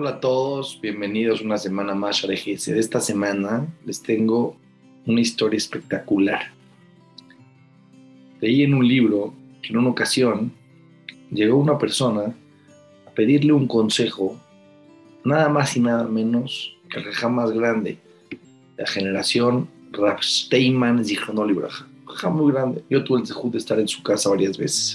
Hola a todos, bienvenidos una semana más a RGS. De esta semana les tengo una historia espectacular. Leí en un libro que en una ocasión llegó una persona a pedirle un consejo, nada más y nada menos que el jajá más grande de la generación, Rav Steinman Zichrono Libraja. Un jajá muy grande. Yo tuve el zehut de estar en su casa varias veces.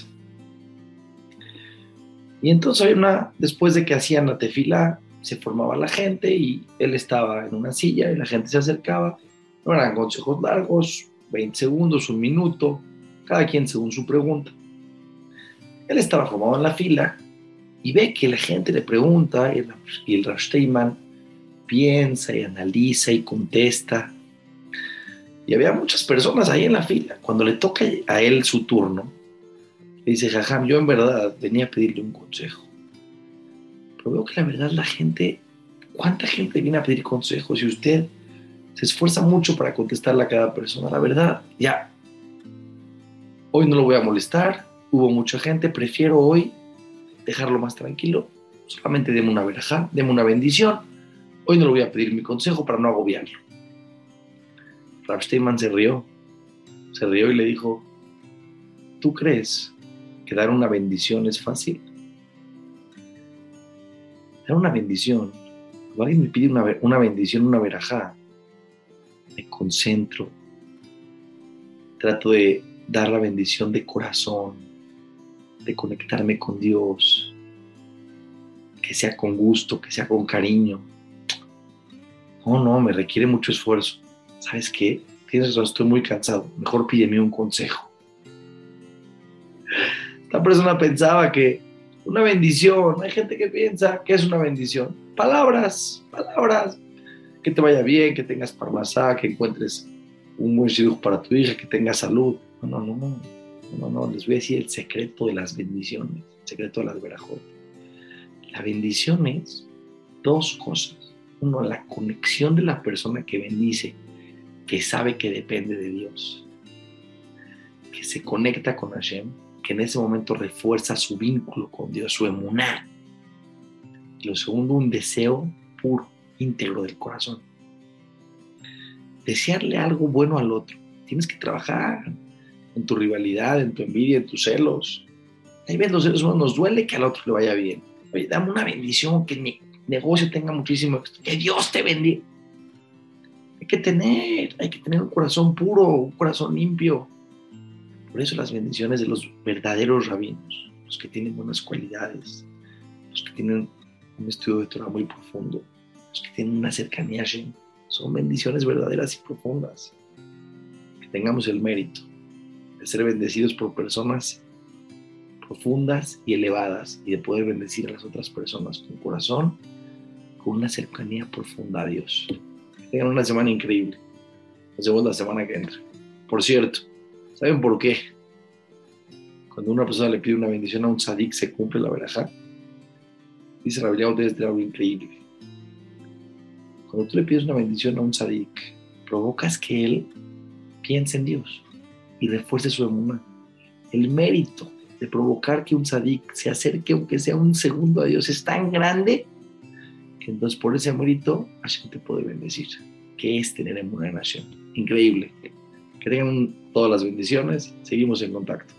Y entonces después de que hacían la tefilá, se formaba la gente y él estaba en una silla y la gente se acercaba. No eran consejos largos, 20 segundos, un minuto, cada quien según su pregunta. Él estaba formado en la fila y ve que la gente le pregunta y el Rav Steinman piensa y analiza y contesta. Y había muchas personas ahí en la fila. Cuando le toca a él su turno, le dice: Jajam, yo en verdad venía a pedirle un consejo. Pero veo que la verdad ¿cuánta gente viene a pedir consejos? Y usted se esfuerza mucho para contestarle a cada persona. La verdad, ya, hoy no lo voy a molestar, hubo mucha gente, prefiero hoy dejarlo más tranquilo. Solamente deme una verajá, deme una bendición. Hoy no le voy a pedir mi consejo para no agobiarlo. Rav Steinman se rió y le dijo: ¿tú crees que dar una bendición es fácil? Dar una bendición, cuando alguien me pide una bendición, una verajá, me concentro, trato de dar la bendición de corazón, de conectarme con Dios, que sea con gusto, que sea con cariño. No, me requiere mucho esfuerzo. ¿Sabes qué? Tienes razón, estoy muy cansado. Mejor pídeme un consejo. Esta persona pensaba que una bendición, hay gente que piensa que es una bendición. Palabras, que te vaya bien, que tengas parnasá, que encuentres un buen shidduch para tu hija, que tengas salud. No, les voy a decir el secreto de las bendiciones, el secreto de las verajot. La bendición es dos cosas. Uno, la conexión de la persona que bendice, que sabe que depende de Dios, que se conecta con Hashem, que en ese momento refuerza su vínculo con Dios, su emuná. Y lo segundo, un deseo puro, íntegro del corazón. Desearle algo bueno al otro. Tienes que trabajar en tu rivalidad, en tu envidia, en tus celos. Ahí ves, los seres humanos nos duele que al otro le vaya bien. Oye, dame una bendición, que mi negocio tenga muchísimo éxito, que Dios te bendiga. Hay que tener un corazón puro, un corazón limpio. Por eso las bendiciones de los verdaderos rabinos, los que tienen buenas cualidades, los que tienen un estudio de Torah muy profundo, los que tienen una cercanía a Hashem, son bendiciones verdaderas y profundas. Que tengamos el mérito de ser bendecidos por personas profundas y elevadas y de poder bendecir a las otras personas con corazón, con una cercanía profunda a Dios. Que tengan una semana increíble. Nos vemos la semana que entra. Por cierto, ¿saben por qué? Cuando una persona le pide una bendición a un tzadik, se cumple la verajá. Dice la Biblia, ustedes de algo increíble. Cuando tú le pides una bendición a un tzadik, provocas que él piense en Dios y refuerce su emuná. El mérito de provocar que un tzadik se acerque, aunque sea un segundo, a Dios es tan grande que entonces por ese mérito Hashem te puede bendecir, que es tener emuná en Hashem. Increíble. Que tengan todas las bendiciones. Seguimos en contacto.